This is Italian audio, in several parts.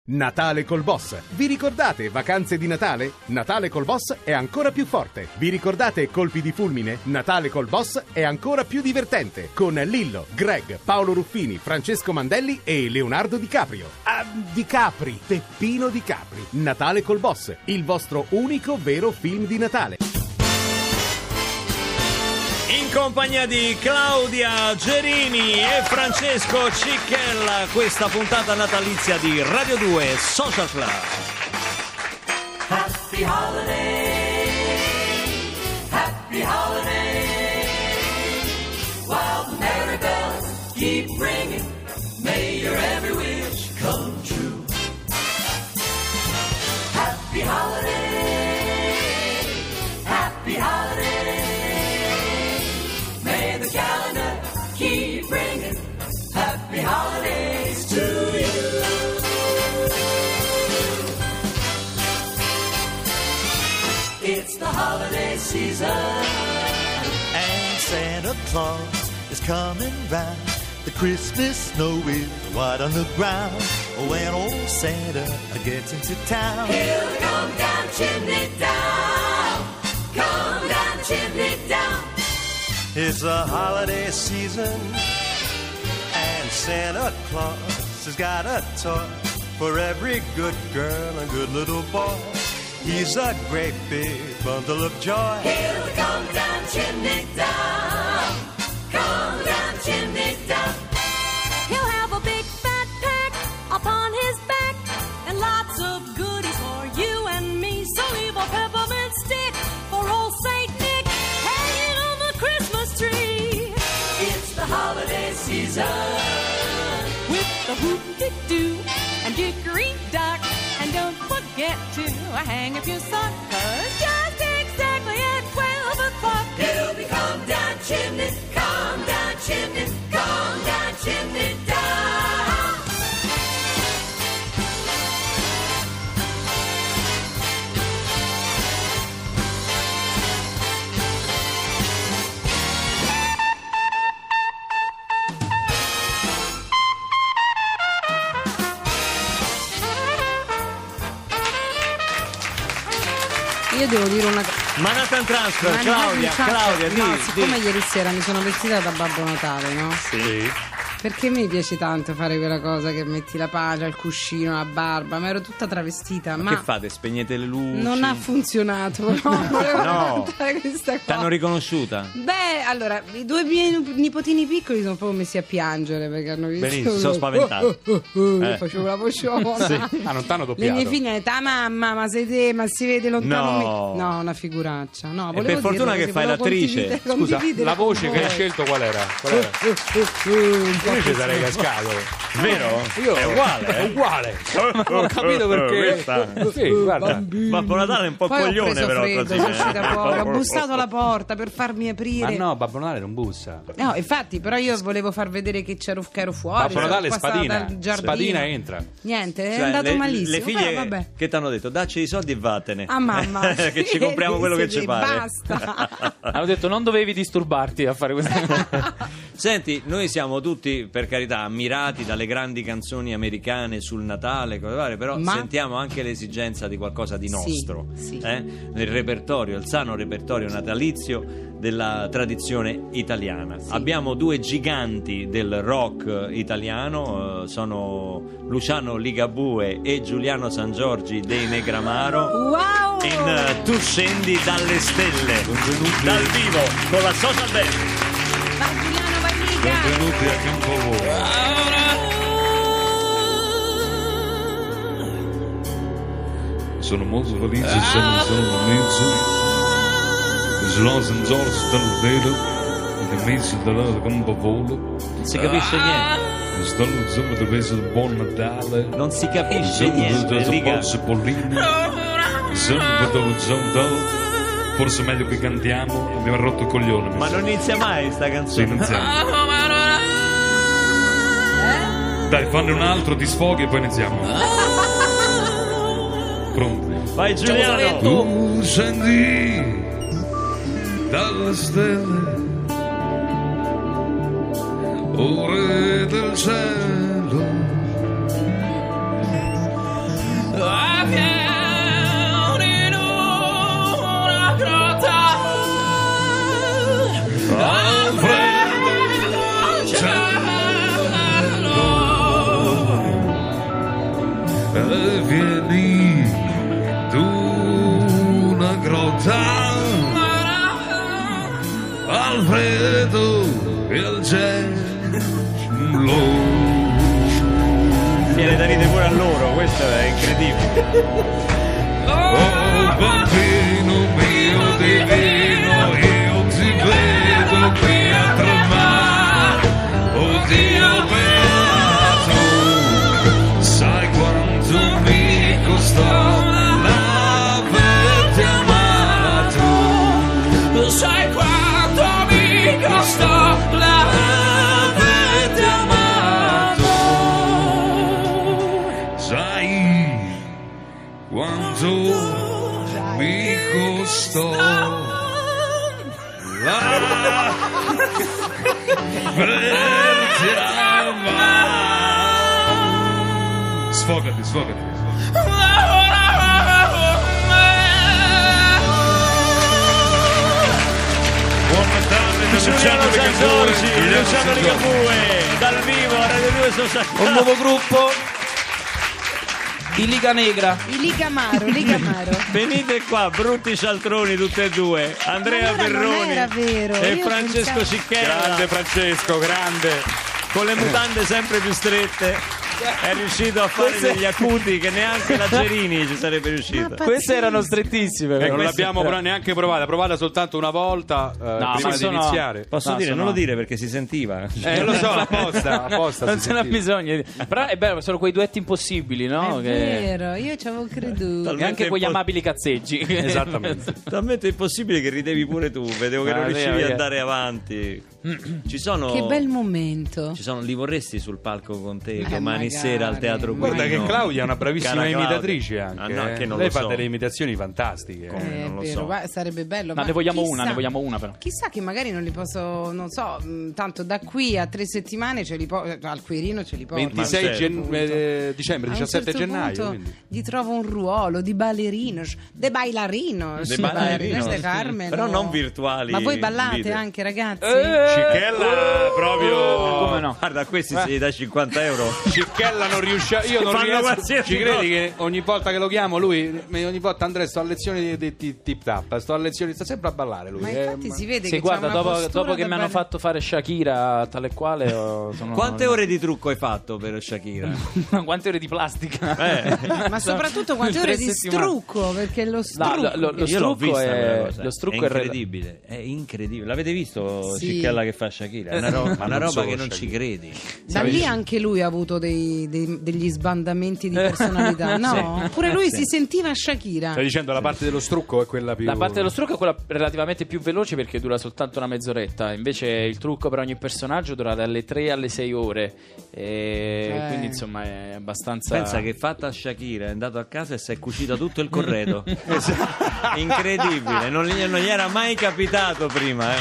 Natale col Boss. Vi ricordate vacanze di Natale? Natale col Boss è ancora più forte. Vi ricordate colpi di fulmine? Natale col Boss è ancora più divertente. Con Lillo, Greg, Paolo Ruffini, Francesco Mandelli e Leonardo Di Caprio. Di Capri, Peppino Di Capri. Natale col Boss, il vostro unico vero film di Natale. In compagnia di Claudia Gerini e Francesco Cicchella, questa puntata natalizia di Radio 2 Social Club. Happy holiday, happy holiday. While the merry bells keep ringing, may your every wish come true. Happy holiday, happy holiday. May the calendar keep ringing, happy holidays to you. It's the holiday season, and Santa Claus is coming round. The Christmas snow is white on the ground. When old Santa gets into town, he'll come down chimney down, come down chimney down. It's the holiday season, and Santa Claus has got a toy for every good girl and good little boy. He's a great big bundle of joy. He'll come down chimney down, come down chimney down. He'll have a big fat pack upon his back and lots of goodies for you and me. So leave a peppermint stick for old Saint Nick hanging on the Christmas tree. It's the holiday season, With the whoop-de-doo and dickory-dock. And don't forget to hang up your sock, 'cause just exactly at 12 o'clock he'll be come down chimney, come down chimney, come down chimney down. Io devo dire una cosa. Manhattan Transfer, Claudia, no, di. siccome ieri sera mi sono vestita da Babbo Natale, no? Sì. Perché mi piace tanto fare quella cosa che metti la paglia, il cuscino, la barba, ma ero tutta travestita. Ma Che fate? Spegnete le luci? non ha funzionato, no? Volevo No. raccontare questa cosa. T'hanno riconosciuta? Beh, allora, i due miei nipotini piccoli sono proprio messi a piangere perché hanno visto. Benissimo, sono spaventati. Io facevo la vociona. Sì. Non t'hanno Le doppiato. mie figlie hanno detto: "Ah, mamma, ma sei te, ma si vede lontano No. No, una figuraccia. No, E volevo per fortuna dirlo che così, fai volevo l'attrice. Scusa, condividere la voce con che hai voi. scelto qual era? Io ci sarei cascato. Vero? Io È uguale, È eh? uguale. Ma non ho capito perché. Questa. Sì, guarda. Babbo Natale è un po' Poi ho coglione, preso però. freddo, così, sono uscita fuori, ho bussato alla porta per farmi Ma aprire. no, Babbo Natale non bussa. No, infatti, però io volevo far vedere che che ero fuori. Babbo sono Natale passata spadina. dal giardino. Spadina entra. Niente, è Cioè, andato malissimo. Le figlie vabbè. che ti hanno detto dacci i soldi e vattene. Ah, mamma. Che ci compriamo quello che ci pare. Basta. Hanno detto non dovevi disturbarti a fare questa. Senti, noi siamo tutti, per carità, ammirati dalle grandi canzoni americane sul Natale, cose varie, però Ma- sentiamo anche l'esigenza di qualcosa di Sì, nostro, sì. nel repertorio, il sano repertorio natalizio della tradizione italiana. Abbiamo due giganti del rock italiano, sono Luciano Ligabue e Giuliano Sangiorgi dei Negramaro. Wow! In Tu scendi dalle stelle, dal vivo con la Social Band. Vai Giuliano, vai mica! Benvenuti a Tempo Voi. Sono molto felice, sono felice. Sono Sangiorgi dal vero, che mezzo della campavola. Non si capisce niente. Sto insomma di peso del buon Natale. Non si capisce Sono niente, di Liga. forse Pollini. Forse meglio che cantiamo. Abbiamo rotto il coglione. Ma non inizia mai sta Sì, canzone. iniziamo. Dai, fanne un altro, ti sfoghi e poi iniziamo. Pronti? Vai Giuliano. Tu scendi dalle stelle, ore del cielo, vieni tu una grotta, Alfredo il gelo. Viene da ridere pure a loro, questo è incredibile. Oh bambino mio divino, io ti vedo qui a tremare. Oddio beato, sai quanto mi costò l'averti amato. Sai quanto mi costò l'averti amato. Sai quanto mi costò l'averti amato. Sfogati, sfogati. Buon Natale da Luciano Ligabue, dal vivo a Radio 2 Social. Un nuovo gruppo, i Liga Negra. I Ligamaro. Venite qua, brutti cialtroni tutti e due, Andrea Ma allora non Perroni era vero, e io Francesco pensavo- Cicchella, Grande Francesco, grande. con le mutande sempre più strette. È riuscito a fare degli acuti che neanche la Gerini ci sarebbe riuscita. Queste erano strettissime. Non queste l'abbiamo erano- neanche provata soltanto una volta prima ma di sono- iniziare. Posso No, dire, sono- non lo dire perché si sentiva. Lo so, apposta Non si ce n'ha sentiva. bisogno. Però è bello, sono quei duetti impossibili, no? È Che... vero, io ci avevo creduto. E anche quegli amabili cazzeggi. Esattamente. Talmente impossibile che ridevi pure tu. Vedevo che non via, riuscivi via. ad andare avanti. Ci sono. Che bel momento. Ci sono, li vorresti sul palco con te domani magari. sera al Teatro Guido? Guarda che Claudia è una bravissima Cara Claudia. imitatrice anche. Ah, no, che non Lei lo fa so. delle imitazioni fantastiche. Come? non lo vero, so. ma sarebbe bello. Ma ma ne vogliamo chissà- una, ne vogliamo una però. Chissà che magari non li posso, non so, tanto da qui a 3 settimane ce li al Quirino ce li porto. 26 Ma certo. dicembre, A un 17 certo gennaio. punto Quindi. gli trovo un ruolo di ballerinos, de bailarinos, De ballerinos. de Carmen. Però non virtuali. Ma voi ballate video. anche, ragazzi? Cicchella proprio. Come no? Guarda, questi si dà 50 euro. Cicchella non riusciva. Io non Fanno riesco. qualsiasi Ci credi cosa. che ogni volta che lo chiamo lui, ogni volta Andrea sto a lezioni di tip tap, sto a lezioni, sta sempre a ballare lui. Ma infatti si vede Sì, che guarda, c'ha una dopo postura che da mi hanno fatto fare Shakira tale e quale sono... Quante ore di trucco hai fatto per Shakira? Quante ore di plastica? Ma soprattutto quante ore 3 di settimane. strucco, perché lo No, strucco lo Io l'ho strucco vista quella è cosa. lo strucco è è incredibile, è incredibile. L'avete visto Sì. Cicchella che fa Shakira? È una roba, Ma una non roba solo che non Shakira. ci credi. Da lì anche lui ha avuto degli sbandamenti di personalità, no? Pure lui si sentiva Shakira. Stai dicendo la parte dello strucco è quella più. La parte dello trucco è quella relativamente più veloce perché dura soltanto una mezz'oretta. Invece il trucco per ogni personaggio dura dalle 3 alle 6 ore. E quindi insomma è abbastanza. Pensa che fatta Shakira è andato a casa e si è cucito tutto il corredo. Incredibile, non gli era mai capitato prima.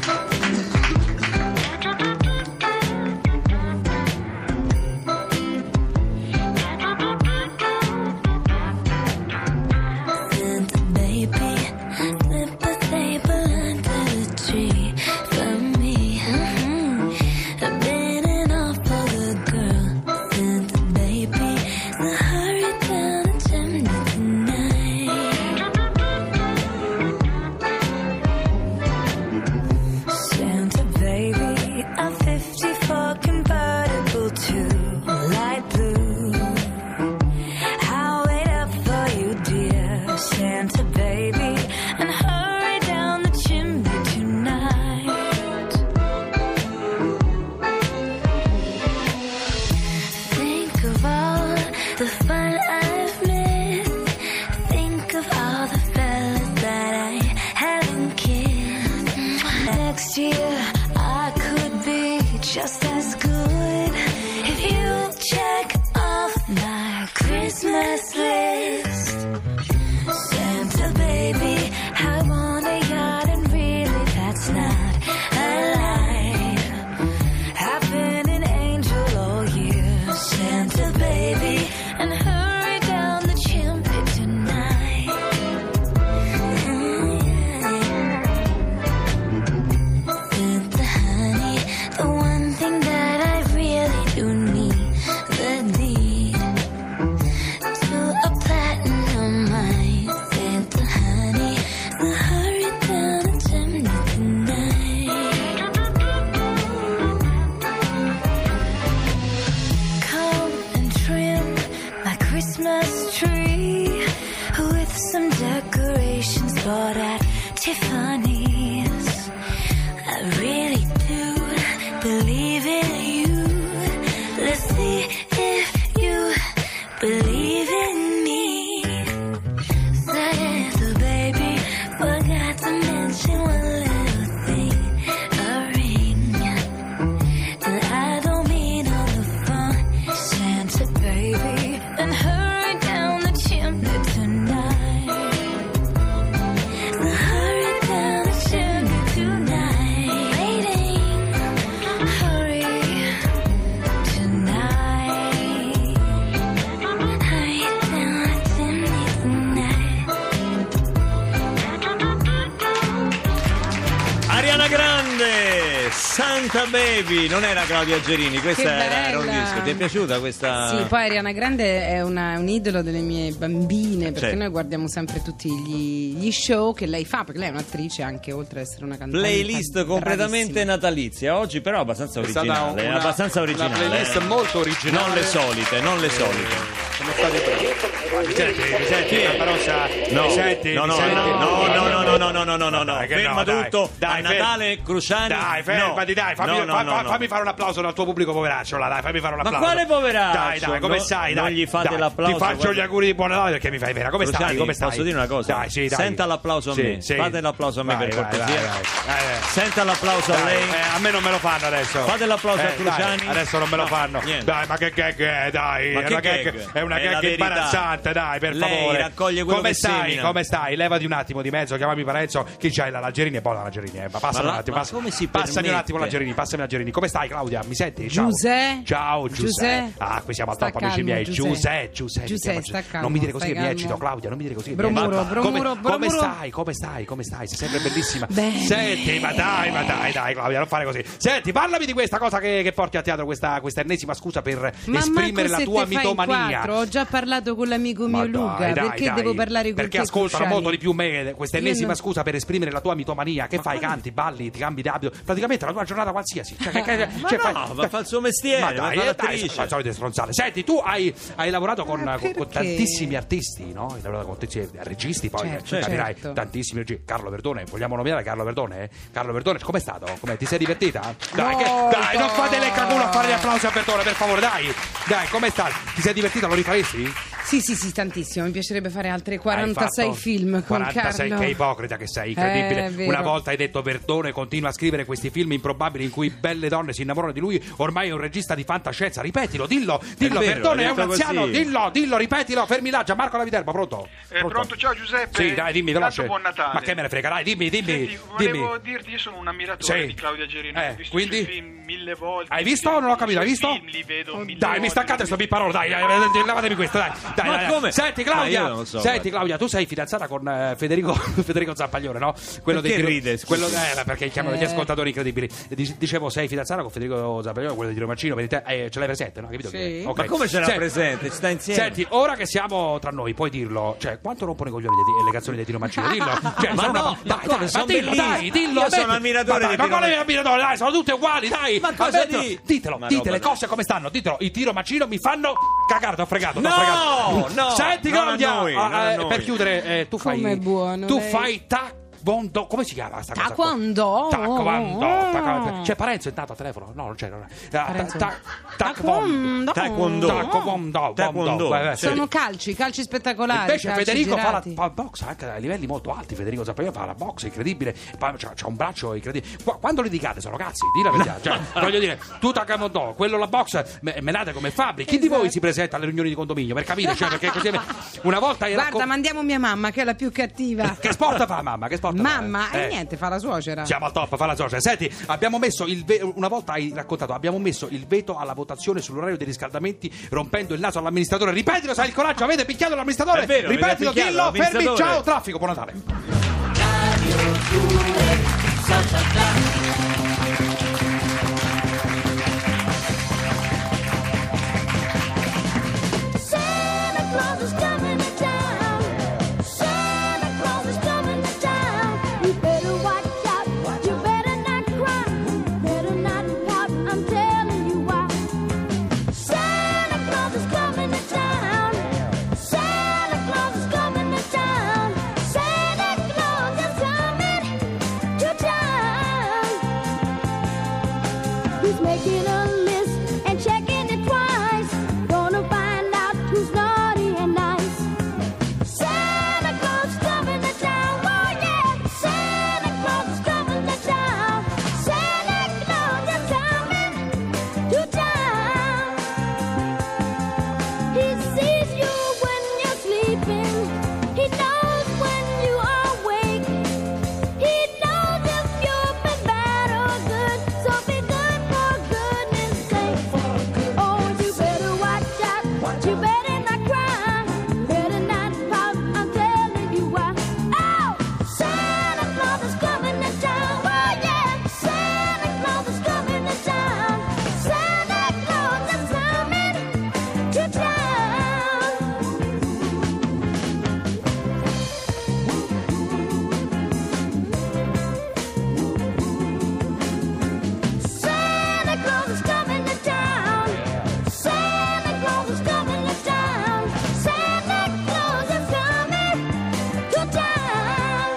Next year I could be just as good if you check off my Christmas list. Santa baby, I want a yacht and really that's not a lie. I've been an angel all year, Santa baby, and hurry down the chimney tonight. Santa honey, the one thing that I really do need, the deed Christmas tree with some decorations bought at Tiffany's. I really do believe in you. Let's see if you believe in me. Santa baby forgot to mention one little thing, a ring. And I don't mean on the phone, Santa baby. And hurry down the chimney tonight. Hurry down the chimney tonight. Waiting, hurry tonight. Hurry down the chimney tonight. Ariana Grande, Santa Baby, non era Claudia Gerini, questa Che era un bella. disco. Ti è piaciuta questa? Sì, poi Ariana Grande è un idolo delle mie bambine, perché Certo. noi guardiamo sempre tutti gli show che lei fa, perché lei è un'attrice anche, oltre ad essere una cantante. Playlist completamente bravissima. natalizia, oggi però abbastanza È stata originale, abbastanza originale. Una playlist molto originale. Non le solite, non le solite. Sono state Mi senti, Barbarossa? No, Mi senti? no, Mi no, senti? no, Dai, che ferma no, dai. tutto. Dai, A Natale, Cruciani. Dai, fermati, no. dai, fammi, No. fammi fare un applauso al tuo pubblico poveraccio, là, dai, fammi fare un Ma applauso. quale poveraccio? Dai, come No, stai? non Dai, gli fate dai, l'applauso, Ti faccio guarda. gli auguri di buon Natale perché mi fai vera. Come stai? Cruciani, Come stai? posso dire una cosa? Dai, sì, dai. Senta l'applauso a me. Sì. Fate l'applauso a me Vai, per vai, cortesia. vai. Senta l'applauso a Dai, lei. a me non me lo fanno adesso. Fate l'applauso a Dai, Cruciani. adesso non me lo No, fanno. niente. Dai, ma che gag è? Dai, Ma è che una gag? è una È la gag verità. imbarazzante, dai, per Lei favore. raccoglie quello Come che stai? semina. Come stai? Levati un attimo di mezzo, chiamami Parenzo. Chi c'hai la Gerini? È buona la Gerini, ma passami Ma un attimo. ma come si passami un permette? attimo la Gerini, passami la Gerini. Come stai, Claudia? Mi senti? Ciao. Giuseppe? Ciao, Giuseppe. Giuseppe? Ah, qui siamo al Sta top, amici calmo, miei. Giuseppe. Giuseppe. Giuseppe, mi chiama sta calmo, Non mi dire così stai che mi calmo. eccito, Claudia. Non mi dire così. che mi Bromuro, eccito. bromuro, Come bromuro. stai? Come stai? Come stai? Sei sempre bellissima. Bene. Senti, ma dai, Claudia, non fare così. Senti, parlami di questa cosa che porti a teatro, questa ennesima scusa per esprimere la tua mitomania. Ho già parlato con l'amico mio Luca, perché devo parlare con Perché te, ascoltano Cruciani? molto di più me questa Io ennesima non- scusa per esprimere la tua mitomania. Che fai? Canti, balli, ti cambi d'abito, praticamente la tua giornata qualsiasi. Cioè, Ma no, va a fare il suo mestiere, ma va a dai, fare dai, l'attrice. sono solite stronzate. Senti, tu hai lavorato con perché? tantissimi artisti, no? Hai lavorato con tantissimi registi, poi Certo, capirai, certo. tantissimi registi. Carlo Verdone, vogliamo nominare Carlo Verdone? Carlo Verdone, com'è stato? Ti sei divertita? Dai, dai, non fate leccaculo a fare gli applausi a Verdone, per favore, dai, come stai? Ti sei divertita? Lo rifaresti? Sì, tantissimo. Mi piacerebbe fare altre Hai 46 fatto film con 46, Carlo. che ipocrita che sei, incredibile. È vero. Una volta hai detto Verdone continua a scrivere questi film improbabili in cui belle donne si innamorano di lui, ormai è un regista di fantascienza. Ripetilo, dillo, vero, Verdone hai è un detto anziano, così. dillo, ripetilo, fermi là, Gianmarco La Viterbo, pronto? Pronto, ciao Giuseppe. Sì, dai, dimmi Intanto veloce. buon Natale. Ma che me ne frega, dai, dimmi. Senti, volevo dirti, io sono un ammiratore Sì. di Claudia Gerini, ho visto quindi? i suoi film 1000 volte. Hai visto o non ho capito? Hai I visto? film li vedo 1000 Dai, mi volte. staccate sto pipparolo, dai, lavatemi questo, dai. Ma come? Senti, Ma io Claudia, non lo so, senti, Claudia, tu sei fidanzata con Federico Zampaglione, no? Quello Perché dei ride, scusa? quello, perché chiamano gli ascoltatori incredibili. Dicevo, sei fidanzata con Federico Zampaglione, quello di Roma Mancino, per te, ce l'hai presente, no? Capito? Sì. Che- ok. Ma come ce l'ha Senti, presente? Ci sta insieme. Senti, ora che siamo tra noi, puoi dirlo, cioè, quanto rompono i coglioni le canzoni di Tino Mancino? Dillo. Cioè, Ma sono no, ma come, sono dillo, dai, bellissime. dillo. Io sono metti- ammiratore ma di ma Tino quale Mancino. ammiratore? Dai, sono tutte uguali, dai. Ma cosa Ammettilo. di- Ditelo, Ma dite no, le ma- cose come stanno, ditelo. I Tiro Mancino mi fanno cagare, t'ho fregato, t'ho No, fregato. no, Senti, non a Claudia, noi, non a noi. per chiudere, tu fai Com'è buono, tu lei. fai Taekwondo, come si chiama sta cosa? qua? Taekwondo? Taekwondo. C'è Parenzo intanto al telefono? No, non c'è. Parenzo. Taekwondo. Taekwondo. Vai, vai, sì. Sono calci spettacolari. Invece calci Federico fa girati. la box anche a livelli molto alti. Federico Zampaglione fa la box incredibile, c'ha un braccio incredibile. Quando litigate sono cazzi, di la verità. Cioè, voglio dire, tu Taekwondo, quello la box, menate come fabbri. Chi di voi si presenta alle riunioni di condominio per capire? Cioè, perché così una volta Guarda, mandiamo mia mamma che è la più cattiva. che sport fa mamma? Che sport Mamma, fa? e niente, fa la suocera. Siamo al top, fa la suocera. Senti, abbiamo messo una volta hai raccontato, abbiamo messo il veto alla votazione sull'orario dei riscaldamenti, rompendo il naso all'amministratore. Ripetilo, sai il coraggio, avete picchiato l'amministratore? È vero, Ripetilo, avete picchiato dillo, fermi, l'amministratore. ciao, traffico, buon Natale. Santa Claus is coming to town. Santa Claus is coming to town. You better watch out. You better not cry. Better not pout. I'm telling you why. Santa Claus is coming to town. sleeping. He knows when you are awake. He knows if you've been bad or good. So be good for goodness sake. Oh, you better watch out. You better not cry. Better not pout. I'm telling you why. Oh, Santa Claus is coming to town. Oh yeah, Santa Claus is coming to town. Santa Claus is coming to town. Santa Claus is coming to town. Santa Claus is coming to town. Santa Claus is coming to town.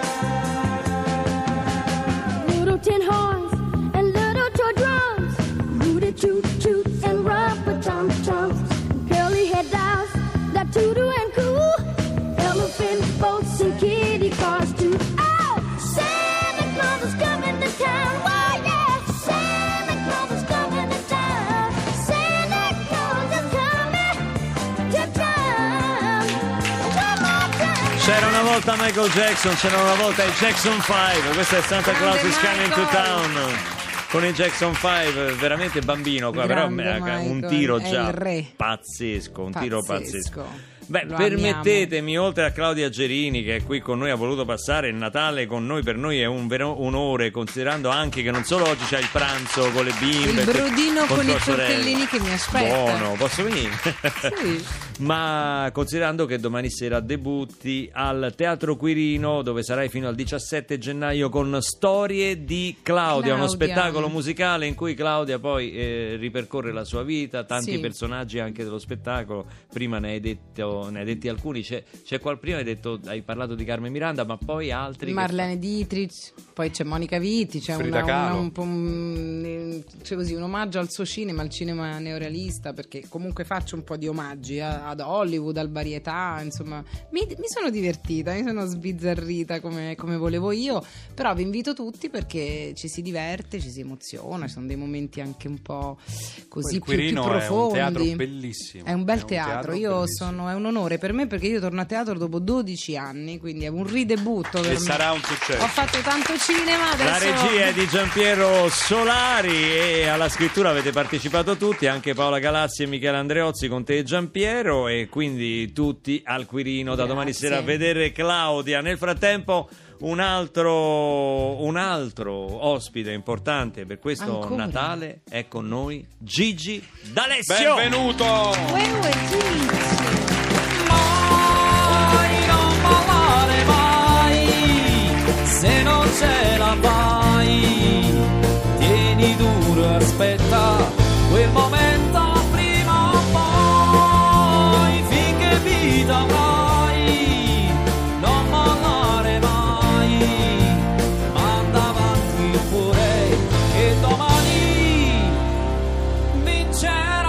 Little tin horns and little toy drums, rooty toot toot and rubber tum tums, curly head dolls that toodoo and coo, elephant boats and kitty cars too. Oh, Santa Claus is coming to town. Oh yeah, Santa Claus is coming to town. Santa Claus is coming to town. One more time. C'era una volta Michael Jackson, c'era una volta i Jackson 5, questo è Santa Claus is Coming to Town con i Jackson 5, veramente bambino qua, Grande però un Michael, tiro è già il re. pazzesco, un tiro pazzesco. Beh, Lo permettetemi, oltre a Claudia Gerini che è qui con noi, ha voluto passare il Natale con noi, per noi è un vero onore, considerando anche che non solo oggi c'è il pranzo con le bimbe, Il brodino con tua i sorella. tortellini che mi aspetta. Buono, posso venire? Sì. Ma considerando che domani sera debutti al Teatro Quirino, dove sarai fino al 17 gennaio con Storie di Claudia, uno spettacolo musicale in cui Claudia poi ripercorre la sua vita, tanti Sì. personaggi anche dello spettacolo. Prima ne hai detti alcuni, c'è prima hai parlato di Carmen Miranda, ma poi altri. Marlene Dietrich, poi c'è Monica Vitti, c'è Frida Kahlo. c'è così un omaggio al suo cinema, al cinema neorealista, perché comunque faccio un po' di omaggi ad Hollywood, al varietà, insomma mi sono divertita, mi sono sbizzarrita come volevo io, però vi invito tutti perché ci si diverte, ci si emoziona, ci sono dei momenti anche un po' così Poi il più Quirino profondi. è un teatro bellissimo. È un bel teatro, bellissimo. è un onore per me perché io torno a teatro dopo 12 anni, quindi è un ridebutto per E me. sarà un successo. Ho fatto tanto cinema, adesso La regia è di Giampiero Solari e alla scrittura avete partecipato tutti, anche Paola Galazzi e Michele Andreozzi con te e Giampiero, e quindi tutti al Quirino da domani Grazie. sera a vedere Claudia. Nel frattempo un altro ospite importante per questo Ancora? Natale è con noi Gigi D'Alessio. Benvenuto! Uè, Gigi. Mai non ballare mai, se non ce la fai, tieni duro, aspetta quel momento prima o poi, finché vita avrai, non mollare mai, manda avanti il cuore che domani vincerà.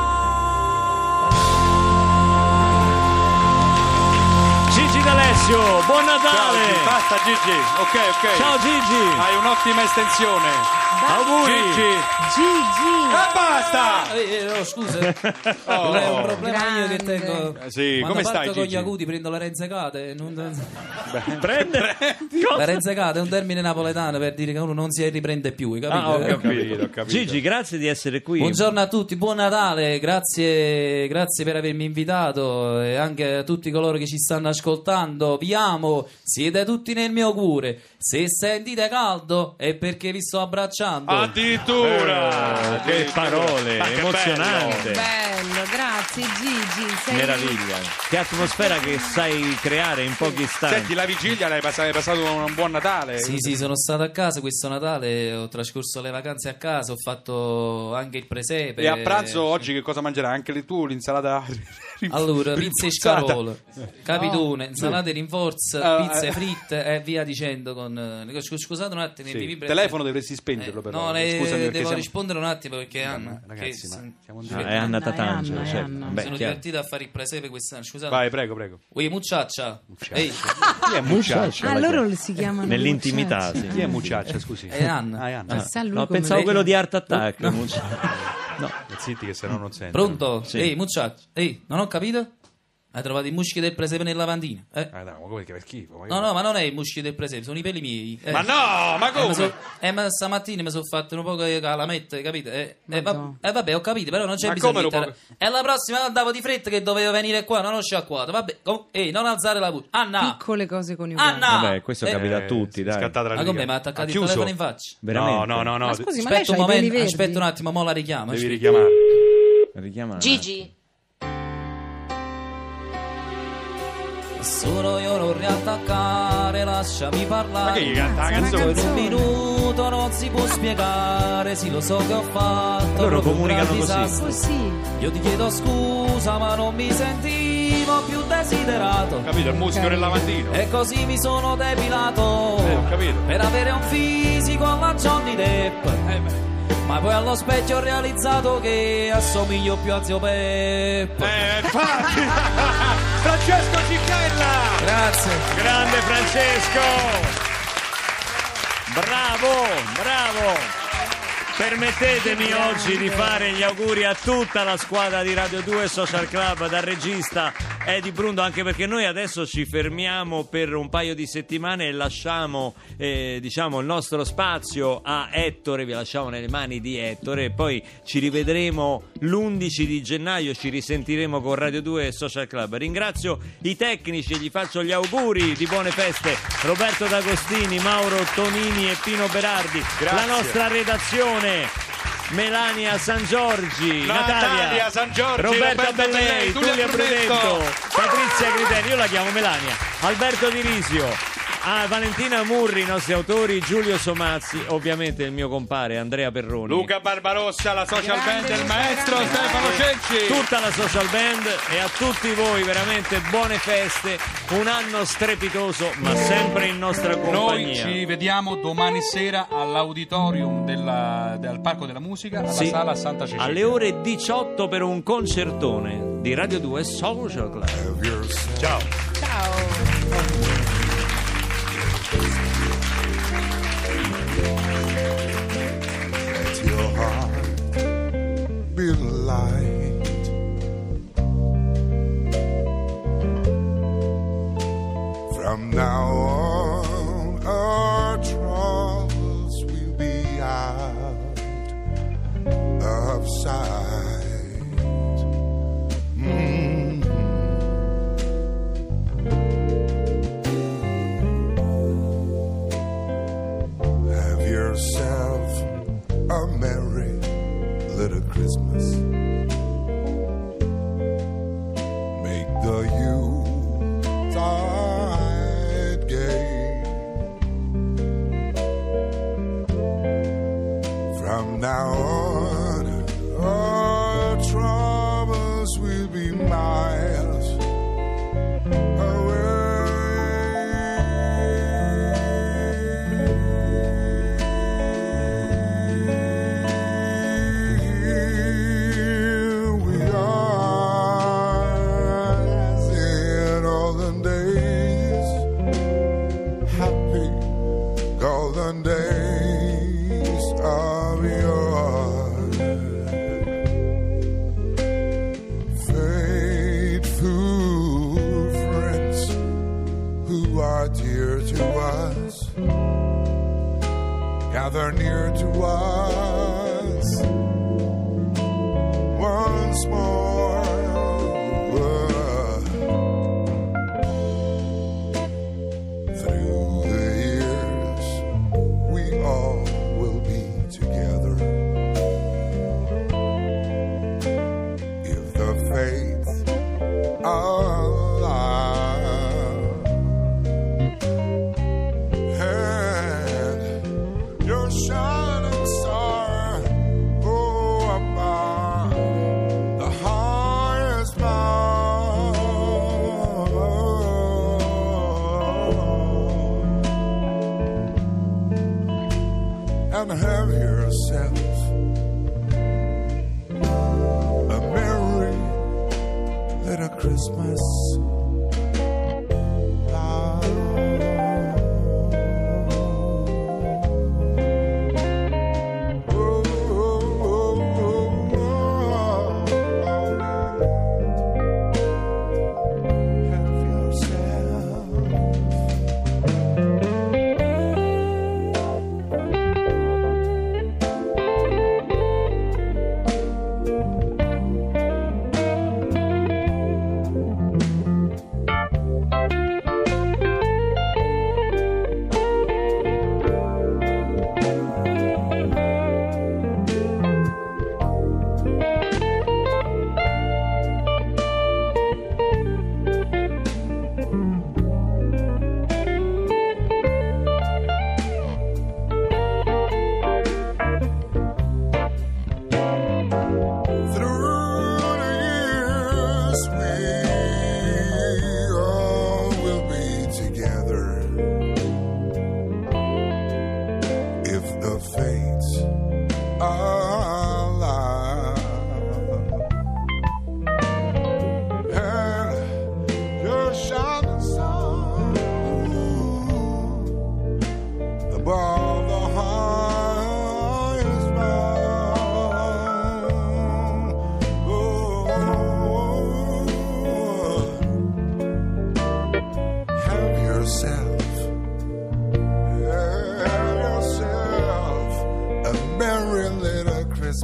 Gigi D'Alessio, buon Ciao, Natale! basta Gigi, ok. Ciao Gigi! Hai un'ottima estensione. Auguri! Gigi. E basta! Scusa, Oh. è un problema io che Grande. tengo. Sì, Quando come stai, parto con Gigi? gli acuti prendo le renzecate. Prende? La renzecate è un termine napoletano per dire che uno non si riprende più, hai capito? Ah, ho capito. Gigi, grazie di essere qui. Buongiorno a tutti, buon Natale, grazie per avermi invitato e anche a tutti coloro che ci stanno ascoltando. Vi amo, siete tutti nel mio cuore. Se sentite caldo è perché vi sto abbracciando. Addirittura! Che parole, Ma che emozionante. Bello, grazie Gigi. Sei... Meraviglia. Che atmosfera che sai creare in pochi istanti. Senti, la vigilia hai passato un buon Natale? Sì, sono stato a casa questo Natale, ho trascorso le vacanze a casa, ho fatto anche il presepe. E a pranzo oggi che cosa mangerai? Anche tu l'insalata? Allora, pizza e rinforzata. scarole, capitone, insalate rinforzo, pizze fritte e via dicendo con... Scusate un attimo, Sì. mi vibra- Telefono dovresti spengerlo però. No, Scusami, perché devo siamo- rispondere un attimo perché Anna, Ragazzi, che ma siamo in Ah, diretta. è Anna Anna, Tatangelo, Anna, certo. Anna. Beh, sono chiaro. divertito a fare il presepe quest'anno, scusate. Vai, prego. Ui, mucciaccia. Ehi, Chi è Mucciaccia? Ah, loro si chiamano Nell'intimità, Mucciaccia. sì. Chi è Mucciaccia, scusi? è Anna. Ah, è Anna. Sa lui No, come pensavo lei. quello di Art Attack. No, zitti che se no non sento. Pronto? Sì. Ehi, mucciaccia. Ehi, non ho capito? Hai trovato i muschi del presepe nel lavandino? No, ma come che schifo? No, ma non è i muschi del presepe, sono i peli miei. Ma no, ma come? Ma stamattina mi sono fatto un po' di calamette, capite? Vabbè, ho capito, però non c'è Ma bisogno come di E la prossima andavo di fretta che dovevo venire qua, non ho sciacquato. Vabbè, non alzare la voce. Anna! Piccole cose coniugali. Anna! Vabbè, questo capita a tutti, dai. Ma come? Ma attaccati il telefono in faccia? Veramente? No. Ma scusi, ma lei Aspetta un c'ha i peli momento, verdi? aspetta un attimo, mo la richiamo. Devi aspetta. richiamare. Gigi. Solo io non riattaccare, lasciami parlare. Ma che gli canta la Tutto canzone? in un minuto non si può spiegare. Sì, lo so che ho fatto. Loro proprio un comunicano gran così. disastro. Così. Io ti chiedo scusa, ma non mi sentivo più desiderato. Capito? Il muschio del lavandino. E così mi sono depilato. Ho capito. Per avere un fisico alla Johnny Depp. Ma poi allo specchio ho realizzato che assomiglio più a zio Peppo. Infatti. Francesco Cicchella. Grazie. Grande Francesco! Bravo! Permettetemi oggi di fare gli auguri a tutta la squadra di Radio 2 Social Club, dal regista Edi Brundo, anche perché noi adesso ci fermiamo per un paio di settimane e lasciamo diciamo il nostro spazio a Ettore, vi lasciamo nelle mani di Ettore e poi ci rivedremo l'11 di gennaio, ci risentiremo con Radio 2 Social Club. Ringrazio i tecnici e gli faccio gli auguri di buone feste, Roberto D'Agostini, Mauro Tonini e Pino Berardi. Grazie. La nostra redazione, Melania San Giorgi, Natalia San Giorgi, Roberta Roberto Bellei, Tullio Tullio Brunetto, Brunetto, Patrizia Criteri, io la chiamo Melania, Alberto Di Risio, Valentina Murri, i nostri autori, Giulio Somazzi, ovviamente il mio compare Andrea Perroni, Luca Barbarossa, la social band del maestro Stefano Cenci, tutta la social band e a tutti voi veramente buone feste, un anno strepitoso ma sempre in nostra compagnia. Noi ci vediamo domani sera all'auditorium del Parco della Musica, alla Sì, Sala Santa Cecilia. alle ore 18 per un concertone di Radio 2 Social Club. Ciao. Let your heart be light. From now on, our troubles will be out of sight. Have yourself a merry little Christmas. Make the Yuletide gay. From now on, our troubles will be miles Here we are, as in olden days, happy golden days of yore. Faithful friends who are dear to us, gather near to us once more. Through the years, we all will be together. If the fates allow. And your shining star go above the highest mountain, and have yourself a merry little Christmas.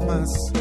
Christmas.